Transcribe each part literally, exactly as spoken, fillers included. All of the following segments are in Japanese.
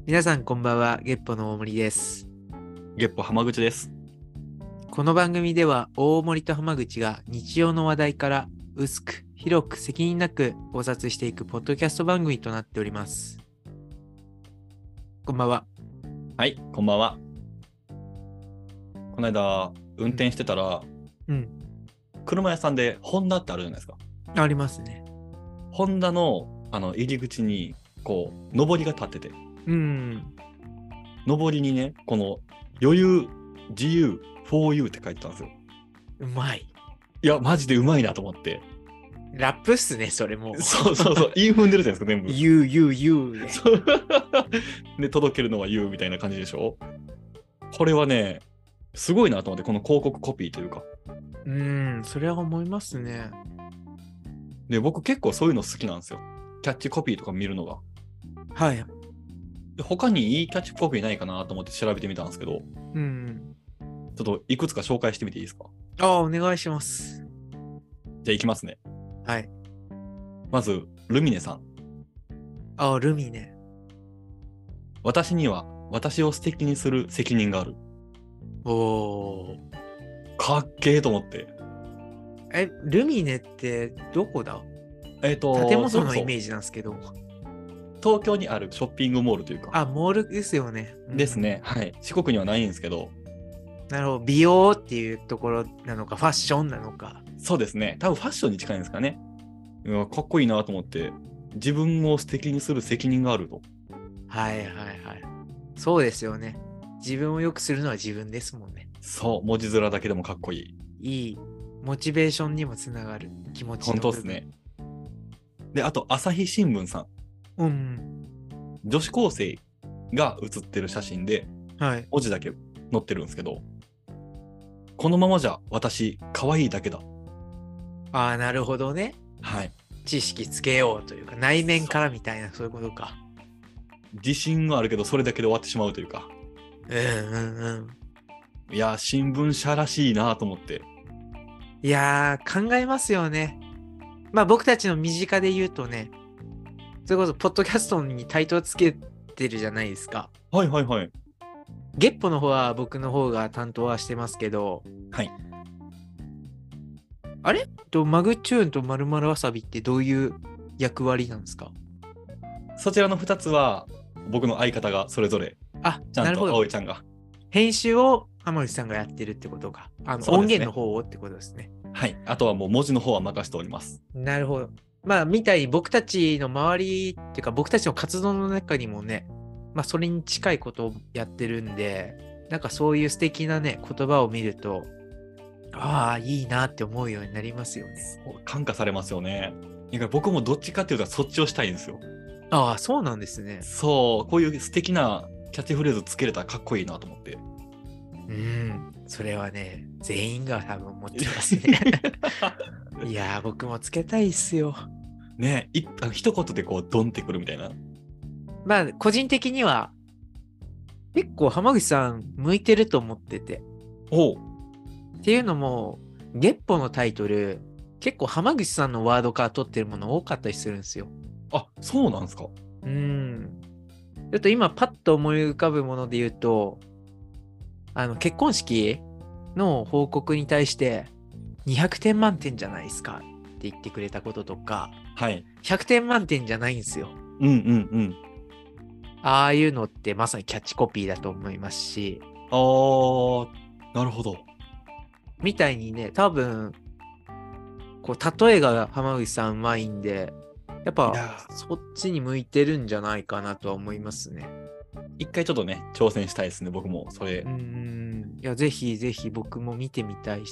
皆さんこんばんは、ゲッポの大森です。 ゲッポ浜口です。 この番組では大森と浜口が日常の話題から薄く広く責任なく考察していくポッドキャスト番組となっております。こんばんは。 はい、こんばんは。この間運転してたら、 うん、 車屋さんでホンダってあるじゃないですか。 ありますね。 ホンダのあの入り口にこう上りが立ってて、 うん、 上りにね、この余裕、自由、フォーユー って書いてたんですよ。 うまい。 いや、マジでうまいなと思って。 ラップっすね、それも。 そうそうそう、韻踏んでるじゃないですか、全部。 You, you, you そう。で、届けるのは You みたいな感じでしょ。これはね、すごいなと思って、この広告コピーというか。 うん、それは思いますね。 で、僕結構そういうの好きなんですよ。キャッチコピーとか見るのが。 はい。 で他にいいキャッチコピーないかなと思って調べてみたんですけど、 うん。 ちょっといくつか紹介してみていいですか？ ああ、お願いします。 じゃあ行きますね。 はい。 まず、ルミネさん。 ああ、ルミネ。 私には私を素敵にする責任がある。 おー。 かっけーと思って。 え、ルミネってどこだ？ えっ、と、 建物のイメーージなんですけど。 東京にあるショッピングモールというか。 あ、モールですよね。うん、 ですね。はい。四国にはないんですけど。 なるほど。美容っていうところなのか、ファッションなのか。 そうですね。多分ファッションに近いんですかね。いやかっこいいなと思って。自分を素敵にする責任があると。 はいはいはい。そうですよね。自分を良くするのは自分ですもんね。 そう。文字面だけでもかっこいい。 いい。モチベーションにもつながる気持ちの部分。 本当ですね。で、あと、朝日新聞さん。 うん。 女子高生が写ってる写真ではい。 文字だけ載ってるんですけど、このままじゃ私可愛いだけだ。 ああ、なるほどね。 はい。 知識つけようというか、内面からみたいな、そういうことか。 自信があるけどそれだけで終わってしまうというか。 うんうんうん。 いや、新聞社らしいなと思って。 いやー、考えますよね。まあ僕たちの身近で言うとね、それこそポッドキャストにタイトルつけてるじゃないですか。 はいはいはい。 ゲッポの方は僕の方が担当はしてますけど、 はい。 あれとマグチューンとまるまるわさびってどういう役割なんですか？ そちらのふたつは僕の相方がそれぞれ、 あ、 ちゃんとなるほど。 葵ちゃんが。 編集を浜口さんがやってるってことか。あの、音そうですね。 源の方をってことですね。 はい。あとはもう文字の方は任せております。 なるほど。まあ、みたいに僕たちの周りっていうか、僕たちの活動の中にもね、まあ、それに近いことをやってるんで、なんかそういう素敵なね、言葉を見ると、ああ、いいなって思うようになりますよね。 感化されますよね。だから僕もどっちかっていうとそっちをしたいんですよ。 ああ、そうなんですね。 そう、こういう素敵なキャッチフレーズつけれたらかっこいいなと思って。 うん、それはね、全員が多分持ってますね。いやー、僕もつけたいっすよ。 ねえ、いあの一言でこうドンってくるみたいな。 まあ、個人的には、結構浜口さん向いてると思ってて。 おう。 っていうのも、月歩のタイトル、結構浜口さんのワードから取ってるもの多かったりするんですよ。 あ、そうなんですか。 うーん。ちょっと今パッと思い浮かぶもので言うと、あの、結婚式の報告に対してにひゃくてん満点じゃないですかって言ってくれたこととか、 はい。 ひゃくてん満点じゃないんですよ。 うんうんうん。 ああいうのってまさにキャッチコピーだと思いますし、 あー、なるほど。 みたいにね、多分、こう、例えが浜口さんうまいんで、やっぱいやそっちに向いてるんじゃないかなとは思いますね。 一回ちょっとね、挑戦したいですね、僕も。それ。 うーん。いや、ぜひぜひ僕も見てみたいです。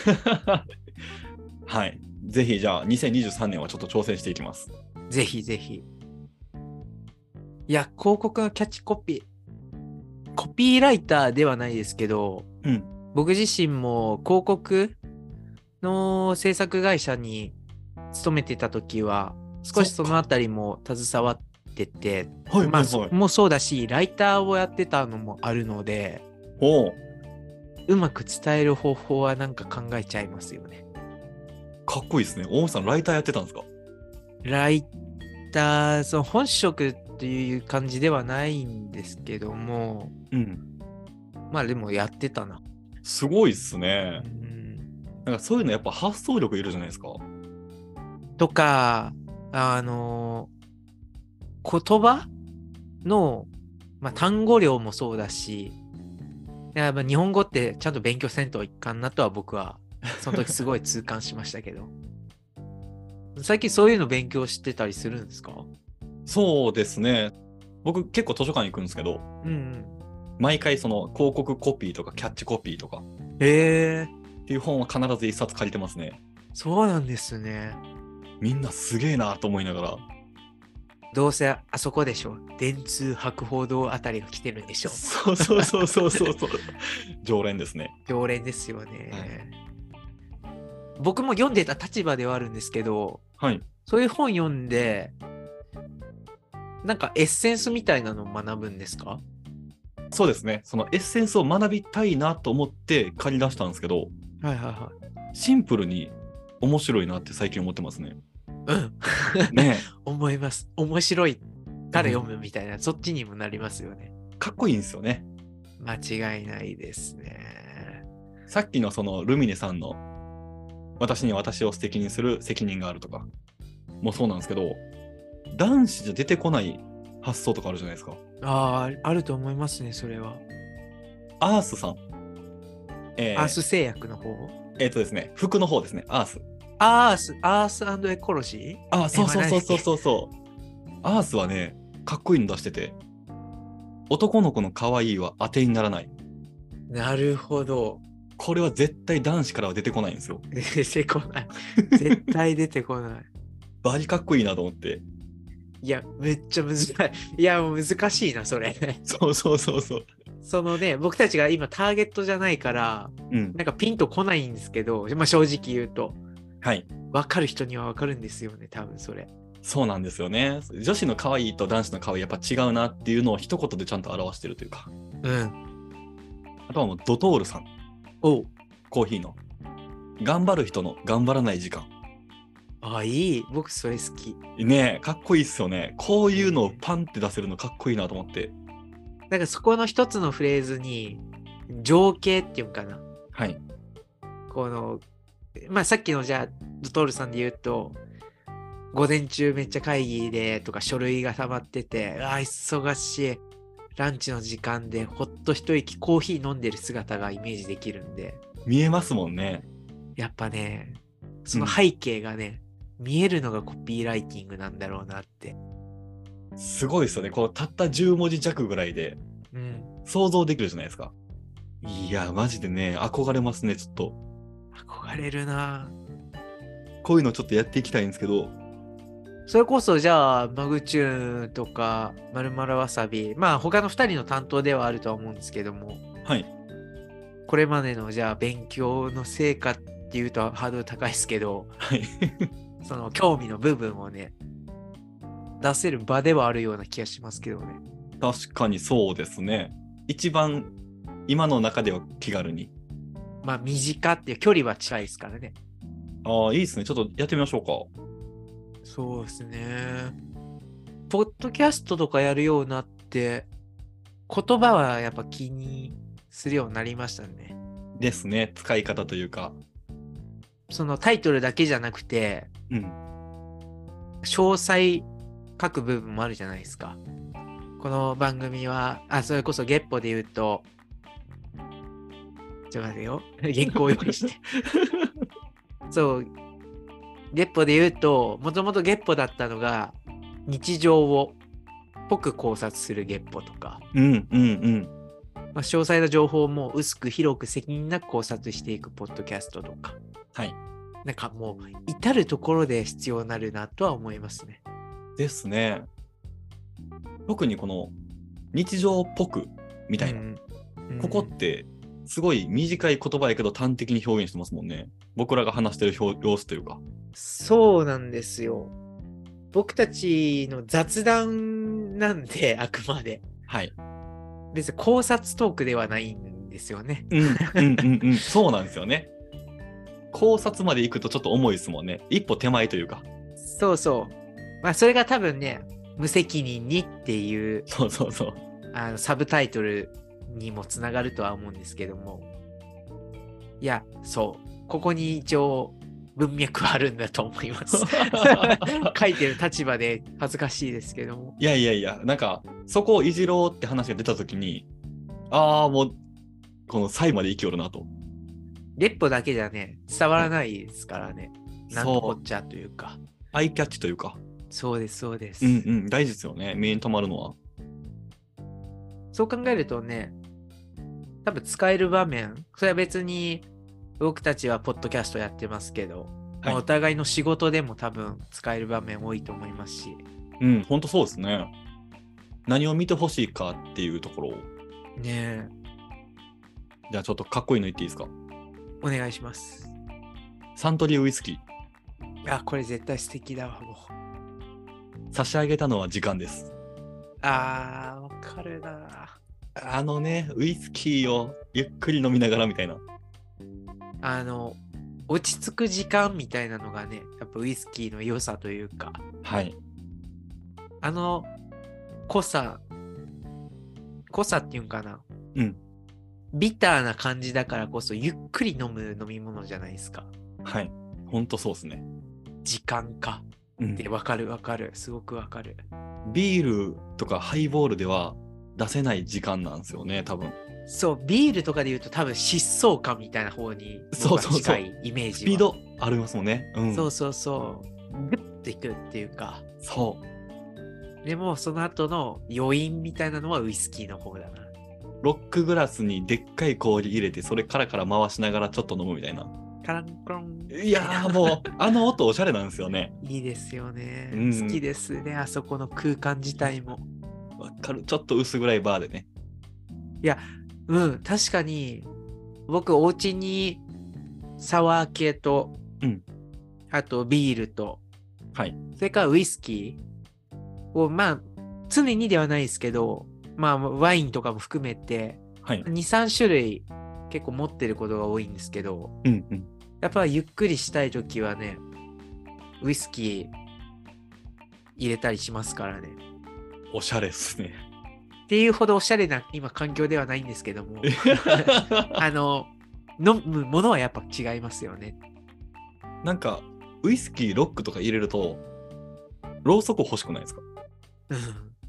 はい。ぜひ、じゃあ、にせんにじゅうさんねんはちょっと挑戦していきます。 ぜひぜひ。いや、広告のキャッチコピー。コピーライターではないですけど、 うん。 僕自身も広告の制作会社に勤めてた時は、少しそのあたりも携わってて、 はいまあ、 はいはい。 そもそうだし、ライターをやってたのもあるので、 おう。 うまく伝える方法はなんか考えちゃいますよね。 かっこいいですね。大本さん、ライターやってたんですか？ ライター、その本職っていう感じではないんですけども、 うん。 まあでもやってたな。 すごいっすうね。 ん、 なんかそういうのやっぱ発想力いるじゃないですか。 とか、あの、言葉の、まあ、単語量もそうだし、やっぱ日本語ってちゃんと勉強せんといかんなとは僕は、その時すごい痛感しましたけど。最近そういうの勉強してたりするんですか？ そうですね。僕結構図書館行くんですけど、 うんうん。 毎回その広告コピーとかキャッチコピーとかへえ、 っていう本は必ず一冊借りてますね。 そうなんですね。 みんなすげえなと思いながら。 どうせあそこでしょ。電通博報堂あたりが来てるんでしょ。 そうそうそうそうそうそう。常連ですね。 常連ですよね。 はい僕も読んでた立場ではあるんですけど、 はい。 そういう本読んで、なんかエッセンスみたいなのを学ぶんですか？ そうですね。そのエッセンスを学びたいなと思って借り出したんですけど、 はいはいはシンプルに面白いなって最近思ってますね。 い。うん。 ね思います。面白いえ。 から読うんむみたいな、そっちにもなりますよね。 かっこいいんですよね。 間違いないですね。 さっきのそのルミネさんの私に私を素敵にする責任があるとかもそうなんですけど、男子じゃ出てこない発想とかあるじゃないですか。 ああ、あると思いますね、それは。 アースさん。えー、 アース製薬の方。 えーとですね、服の方ですね、アース。 アース、アースエコロジー。 あ、そうそうそうそうう。 そうそう。アースはね、かっこいいの出してて、男の子の可愛いは当てにならない。 なるほど。 これは絶対男子からは出てこないんですよ。 出てこない。絶対出てこない。 バリかっこいいなと思って。 いや、めっちゃ難しい。いや、もう難しいな、それ。 そうそうそうそう。 そのね、僕たちが今ターゲットじゃないから、 うん。 なんかピンとこないんですけど、まあ、正直言うと、 はい。 分かる人には分かるんですよね、多分それ。 そうなんですよね。女子の可愛いと男子の可愛いやっぱ違うなっていうのを一言でちゃんと表してるというか。 うん。 あとはもうドトールさん。 おう。 コーヒーの。頑張る人の頑張らない時間。 あ、いい。僕それ好き。 ねえ、かっこいいっすよね。こういうのをパンって出せるのかっこいいなと思って。 なんかそこの一つのフレーズに、情景っていうのかな。 はい。 この、まあさっきのじゃあ、ドトールさんで言うと、午前中めっちゃ会議でとか書類が溜まってて、ああ、忙しい。ランチの時間でほっと一息コーヒー飲んでる姿がイメージできるんで、 見えますもんね。 やっぱね、その背景がね、うん、見えるのがコピーライティングなんだろうなって。 すごいですよね。このたったじゅう文字弱ぐらいで想像できるじゃないですか。うん、いや、マジでね、憧れますね、ちょっと。 憧れるな。 こういうのちょっとやっていきたいんですけど、 それこそじゃあマグチューンとかまるまるわさび、まあ他のふたりの担当ではあるとは思うんですけども、 はい、 これまでのじゃあ勉強の成果っていうとハードル高いですけど、 はい、 その興味の部分をね出せる場ではあるような気がしますけどね。 確かにそうですね。一番今の中では気軽に。 まあ身近っていう距離は近いですからね。 ああ、いいですね。ちょっとやってみましょうか。 そうですね。ポッドキャストとかやるようになって、言葉はやっぱ気にするようになりましたね。 ですね。使い方というか。 そのタイトルだけじゃなくて、 うん、 詳細書く部分もあるじゃないですか。この番組は、あ、それこそ月歩で言うと、ちょっと待ってよ。原稿を用意して。そう。月歩で言うと、もともと月歩だったのが、日常をぽく考察する月歩とか、 うんうんうん。 まあ、詳細な情報も薄く広く責任なく考察していくポッドキャストとか、 はい。 なんかもう至るところで必要になるなとは思いますね。 ですね。特にこの日常っぽくみたいな、うんうん、ここってすごい短い言葉やけど端的に表現してますもんね。僕らが話してる様子というか。 そうなんですよ。僕たちの雑談なんで、あくまで。 はい。 別に考察トークではないんですよね。 うんうんうんうん。そうなんですよね。考察まで行くとちょっと重いですもんね。一歩手前というか。 そうそう。まあそれが多分ね、 無責任にっていうそうそうそう。 あのサブタイトルにもつながるとは思うんですけども、いや、そうここに一応文脈はあるんだと思います書いてる立場で恥ずかしいですけども。 いやいやいや、なんかそこをいじろうって話が出た時に、ああもうこの際まで生きよるなと。 レッポだけじゃね伝わらないですからね、 はい、 なんとこっちゃというか、 アイキャッチというか。 そうですそうです。 うんうん、大事ですよね、目に留まるのは。 そう考えるとね、多分使える場面、それは別に僕たちはポッドキャストやってますけど、はい、まあ、お互いの仕事でも多分使える場面多いと思いますし。 うん、ほんとそうですね。何を見てほしいかっていうところを。 ねえ。 じゃあちょっとかっこいいの言っていいですか？ お願いします。 サントリーウイスキー。 いや、これ絶対素敵だわ、もう。差し上げたのは時間です。 あー、わかるな。 あのね、ウイスキーをゆっくり飲みながらみたいな。 あの、落ち着く時間みたいなのがね、やっぱウイスキーの良さというか。 はい。 あの、濃さ、濃さっていうんかな。 うん。 ビターな感じだからこそゆっくり飲む飲み物じゃないですか。 はい。ほんとそうですね。 時間か。ってわかるわかる。すごくわかる。 ビールとかハイボールでは出せない時間なんですよね、多分。 そう、ビールとかで言うと多分疾走感みたいな方に近いイメージは。 スピードありますもんね。うん、 そうそうそう。グッていくっていうか。 そう。 でもその後の余韻みたいなのはウイスキーの方だな。 ロックグラスにでっかい氷入れて、それカラカラ回しながらちょっと飲むみたいな。 カランコロン。 いやーもう、あの音おしゃれなんですよね。 いいですよね、 うん。 好きですね、あそこの空間自体も。 わかる。ちょっと薄暗いバーでね。 いや、うん、確かに、僕、お家にサワー系と、 うん、 あとビールと、 はい。 それからウイスキーを、まあ、常にではないですけど、まあ、ワインとかも含めて、 はい、 に、さん種類結構持ってることが多いんですけど、 うんうん、 やっぱゆっくりしたいときはね、ウイスキー入れたりしますからね。 おしゃれっすね。 っていうほどおしゃれな今環境ではないんですけどもあの飲むものはやっぱ違いますよね。 なんかウイスキーロックとか入れるとろうそく欲しくないですか？ うん、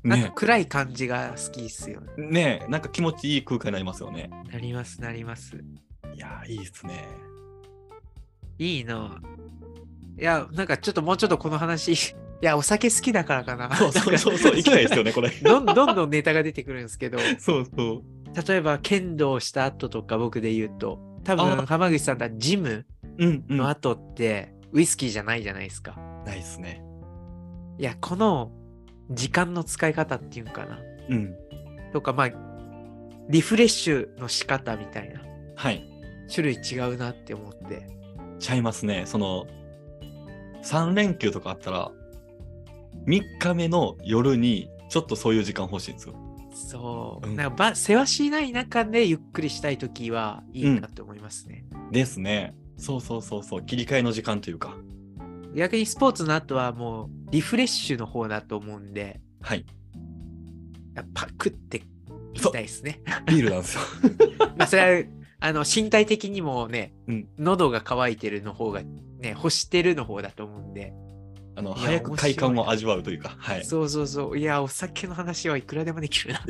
なんか暗い感じが好きっすよね。 ねえ、なんか気持ちいい空間になりますよね。 なりますなります。 いやいいっすね。 いいな。いやなんかちょっともうちょっとこの話いやお酒好きだからかな。 そうそうそうそう行きたいですよねこれどんどんどんネタが出てくるんですけどそうそう例えば剣道した後とか僕で言うと多分浜口さんだジムの後ってウイスキーじゃないじゃないですか。 ないっすね。 いやこの時間の使い方っていうんかな、 うん、 とかまあリフレッシュの仕方みたいな、 はい、 種類違うなって思って。 ちゃいますね。そのさん連休とかあったらみっかめの夜にちょっとそういう時間欲しいんですよ。 そう、 うん、 なんかばせわしない中でゆっくりしたいときはいいなって思いますね、 うん、ですね。そうそうそうそう、切り替えの時間というか。 逆にスポーツの後はもうリフレッシュの方だと思うんで、 はい、 パクっていきたいですね。 ビールなんですよまあそれはあの身体的にもね、 うん、 喉が渇いてるの方がね欲してるの方だと思うんで、 あの早く快感を味わうというか、はい、 そうそうそう。いやお酒の話はいくらでもできるな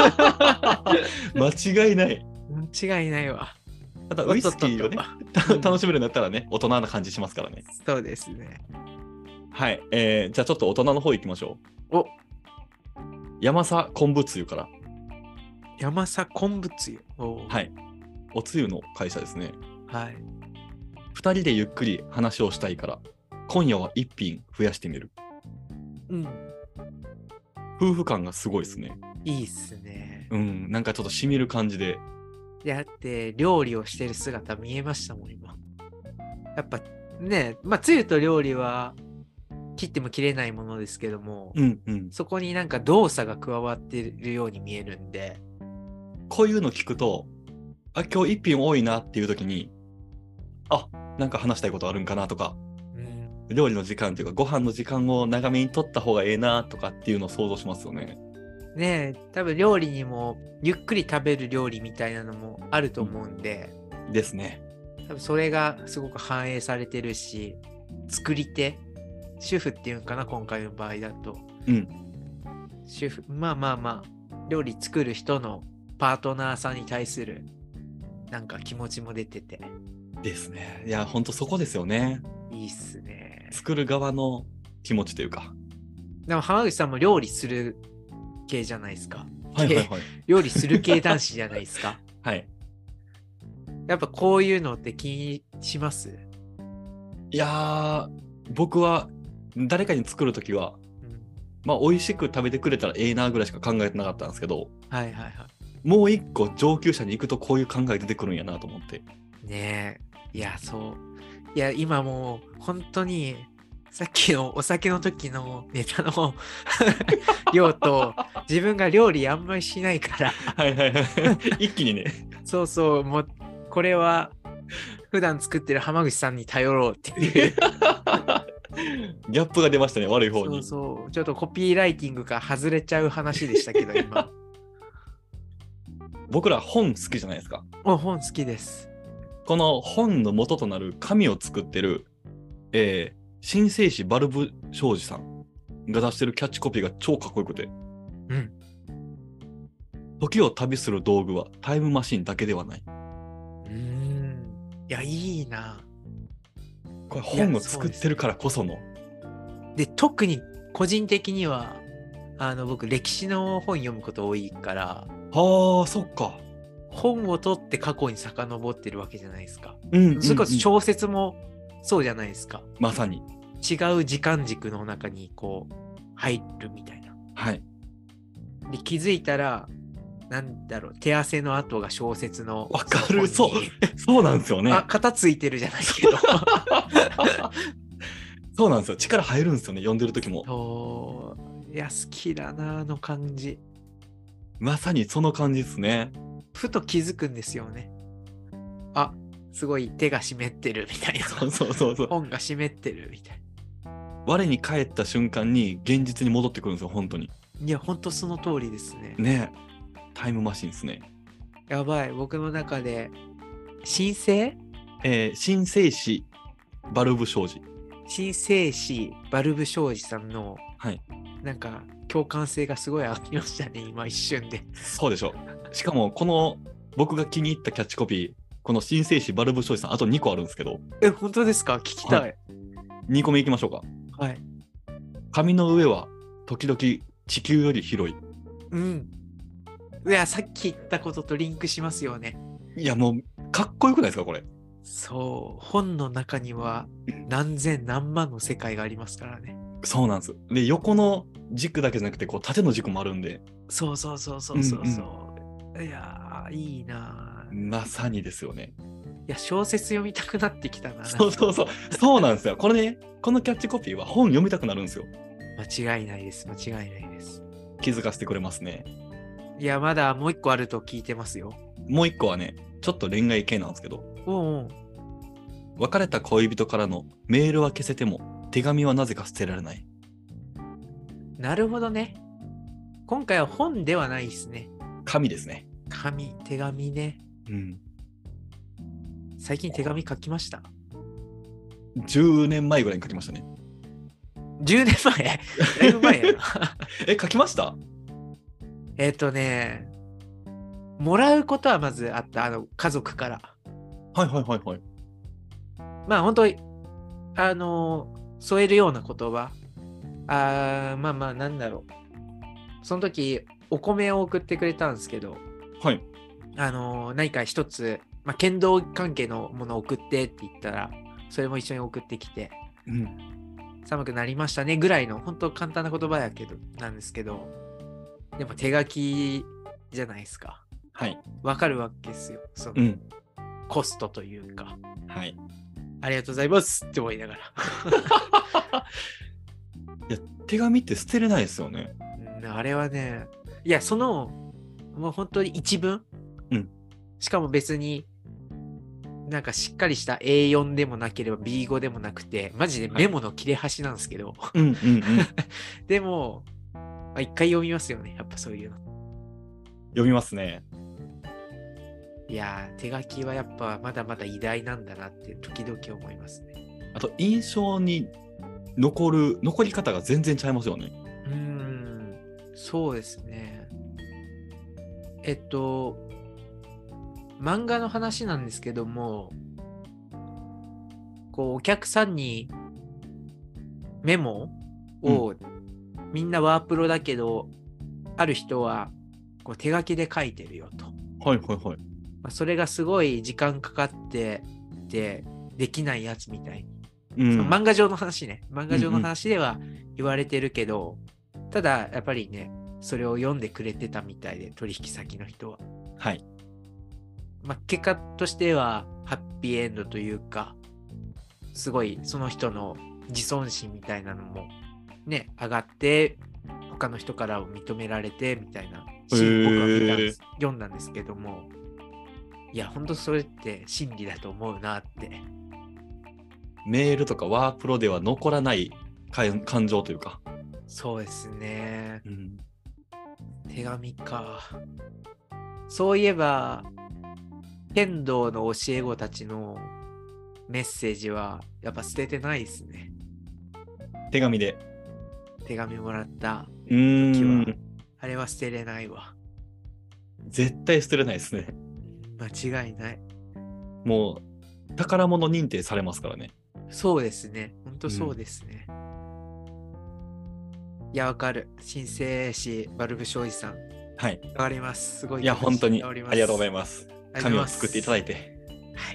間違いない。 間違いないわ。 ただウイスキーをね楽しめるんだったらね、大人な感じしますからね。 そうですね。 はい、えー、じゃあちょっと大人の方行きましょう。お、 山佐昆布つゆから。 山佐昆布つゆ。お、 はい、おつゆの会社ですね。 はい。 ふたりでゆっくり話をしたいから今夜は一品増やしてみる。 うん。 夫婦感がすごいですね。 いいっすね。 うん、なんかちょっとしみる感じで。 だって料理をしてる姿見えましたもん今。やっぱね、まあつゆと料理は切っても切れないものですけども、 うんうん、 そこになんか動作が加わってるように見えるんで、 こういうの聞くと、あ、今日一品多いなっていう時に、あ、なんか話したいことあるんかなとか、 うん、 料理の時間というかご飯の時間を長めに取った方がええなとかっていうのを想像しますよね。 ねえ、多分料理にもゆっくり食べる料理みたいなのもあると思うんで、 ですね。 多分それがすごく反映されてるし、作り手、主婦っていうんかな、今回の場合だと。 うん。 主婦、まあまあまあ、料理作る人のパートナーさんに対するなんか気持ちも出てて。 ですね。いや、ほんとそこですよね。 いいっすね。 作る側の気持ちというか。 でも浜口さんも料理する系じゃないですか。 はいはいはい。 料理する系男子じゃないですか。 はい。 やっぱこういうのって気にします？ いやー、僕は誰かに作るときは、うん、まあ美味しく食べてくれたらええなぐらいしか考えてなかったんですけど、 はいはいはい。 もう一個上級者に行くとこういう考え出てくるんやなと思って。 ねえ、いやそう。いや今もう本当にさっきのお酒の時のネタの量と自分が料理あんまりしないからはいはいはい一気にねそうそうもうこれは普段作ってる浜口さんに頼ろうっていうギャップが出ましたね、悪い方に。 そうそうちょっとコピーライティングから外れちゃう話でしたけど今僕ら本好きじゃないですか。 お本好きです。 この本の元となる紙を作ってる、えー、新生児バルブ商事さんが出してるキャッチコピーが超かっこよくて、 うん、 時を旅する道具はタイムマシンだけではない。 うーんいやいいな。 これ本を作ってるからこそので, で特に個人的にはあの僕歴史の本読むこと多いから、 はあそっか、 本を取って過去に遡ってるわけじゃないですか。 うんうんうん、 それこそ小説もそうじゃないですか。 まさに違う時間軸の中にこう入るみたいな。 はい。 で気づいたらなんだろう手汗の跡が小説のわかる、そうそうなんですよね。 あ型ついてるじゃないけどそうなんですよ、力入るんですよね、読んでる時も。 そういや好きだなあの感じ。 まさにその感じですね。 ふと気づくんですよね。あすごい手が湿ってるみたいな。 そうそうそうそう。 本が湿ってるみたいな。 我に返った瞬間に現実に戻ってくるんですよ、本当に。 いや本当その通りですね。 ねタイムマシンですね。 やばい僕の中で新生えー、新生子バルブ商事新生子バルブ商事さんの、 はい、 なんか共感性がすごい上がりましたね今一瞬で。 そうでしょ。しかもこの僕が気に入ったキャッチコピー、この新生子バルブ商事さんあとにこあるんですけど。 え本当ですか？聞きたい、はい、 にこめいきましょうか。 はい。 紙の上は時々地球より広い。 うんいやさっき言ったこととリンクしますよね。 いやもうかっこよくないですかこれ。 そう本の中には何千何万の世界がありますからね。 そうなんです。で横の軸だけじゃなくてこう縦の軸もあるんで。 そうそうそうそうそうそう、うんうん、いやいいな。 まさにですよね。 いや小説読みたくなってきたな。 そうそうそうそうなんですよ。これねこのキャッチコピーは本読みたくなるんですよ。 間違いないです間違いないです。 気づかせてくれますね。 いやまだもう一個あると聞いてますよ。 もう一個はねちょっと恋愛系なんですけど、 おうおう別れた恋人からのメールは消せても手紙はなぜか捨てられない。 なるほどね。今回は本ではないですね。 紙ですね。 紙手紙ね。 うん最近手紙書きました？ じゅうねんまえぐらいに書きましたね。 じゅうねんまえだいぶ前やなえ書きました？ えっとねもらうことはまずあった。あの家族から。 はいはいはいはい。 まあ本当にあの添えるような言葉。あまあまあなんだろう。その時お米を送ってくれたんですけど、 はい。 あの何か一つ、まあ、剣道関係のものを送ってって言ったらそれも一緒に送ってきて、 うん、 寒くなりましたねぐらいの本当簡単な言葉やけどなんですけど、でも手書きじゃないですか。 はい。 わかるわけですよ。その、うん、コストというか。 はい。 ありがとうございますって思いながら。 いや手紙って捨てれないですよね。 あれはね、いやそのもう本当に一文、 うん、 しかも別になんかしっかりした エーよん でもなければ ビーご でもなくて、マジでメモの切れ端なんですけど。 うんうんうん。 でも、まあ、一回読みますよね、やっぱそういうの。 読みますね。 いやー、手書きはやっぱまだまだ偉大なんだなって時々思いますね。 あと、印象に残る、残り方が全然ちゃいますよね。 うーん、そうですね。えっと、漫画の話なんですけども、こう、お客さんにメモを、うん、みんなワープロだけど、ある人はこう手書きで書いてるよと。 はいはいはい。 まあ、それがすごい時間かかってでできないやつみたいに、 うん、 その漫画上の話ね漫画上の話では言われてるけど、うんうん、ただやっぱりねそれを読んでくれてたみたいで、取引先の人は。 はい。 まあ、結果としてはハッピーエンドというか、すごいその人の自尊心みたいなのもね上がって、他の人から認められてみたいなシーン僕は見たんです、読んだんですけども、いや本当それって真理だと思うなって。 メールとかワープロでは残らない感情というか。 そうですね、 うん、 手紙か。そういえば剣道の教え子たちのメッセージはやっぱ捨ててないですね。 手紙で手紙もらった時はあれは捨てれないわ。 絶対捨てれないですね。 間違いない。 もう宝物認定されますからね。 そうですね、ほんとそうですね、うん、いやわかる。新生士バルブ商事さん、 はい、 わかります。すごい。 いや本当にありがとうございます。紙を作っていただいて。 はい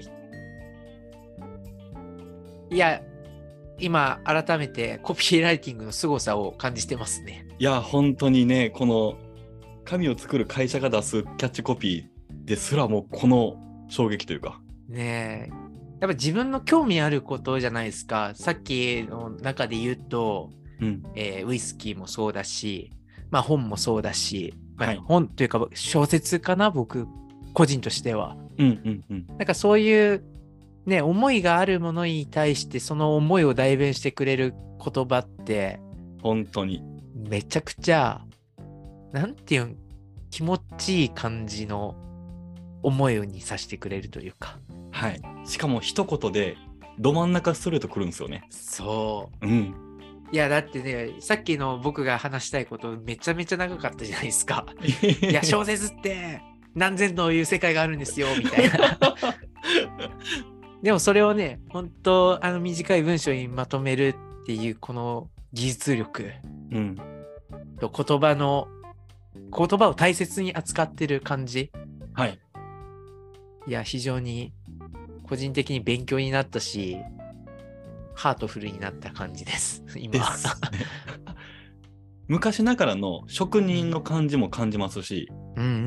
。いや今改めてコピーライティングの凄さを感じてますね。 いや本当にね、この紙を作る会社が出すキャッチコピーですらもこの衝撃というかねえ、やっぱ自分の興味あることじゃないですか。さっきの中で言うと、 うんえー、ウイスキーもそうだし、まあ本もそうだし、まあ、 はい、 本というか小説かな、僕個人としては。 うんうんうん。 なんかそういうね、思いがあるものに対してその思いを代弁してくれる言葉って本当にめちゃくちゃなんていうん気持ちいい感じの思いにさせてくれるというか。 はい。しかも一言でど真ん中ストレートくるんですよね。 そう。 うん。 いやだってね、さっきの僕が話したいことめちゃめちゃ長かったじゃないですか。いや小説って何千という世界があるんですよみたいな。でもそれをね、本当あの短い文章にまとめるっていうこの技術力、 うん、 と言葉の言葉を大切に扱ってる感じ。 はい。 いや非常に個人的に勉強になったし、ハートフルになった感じです今ですね。昔ながらの職人の感じも感じますし、 うんうんうん、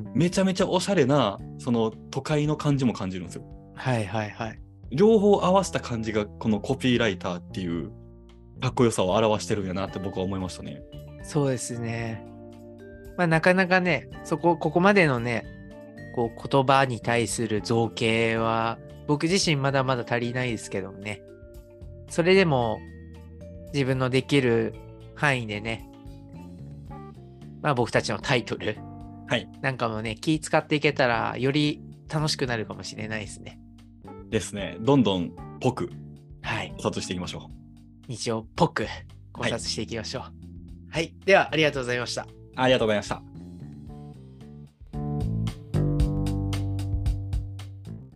めちゃめちゃおしゃれなその都会の感じも感じるんですよ。 はいはいはい。 両方合わせた感じがこのコピーライターっていうかっこよさを表してるんやなって僕は思いましたね。 そうですね。まあなかなかね、そこここまでのね、こう言葉に対する造形は僕自身まだまだ足りないですけどね。それでも自分のできる範囲でね、まあ僕たちのタイトル、 はい、 なんかもね気使っていけたらより楽しくなるかもしれないですね。 ですね。どんどんぽくはい考察していきましょう。 日常っぽく考察していきましょう。はい、はい、ではありがとうございました。 ありがとうございました。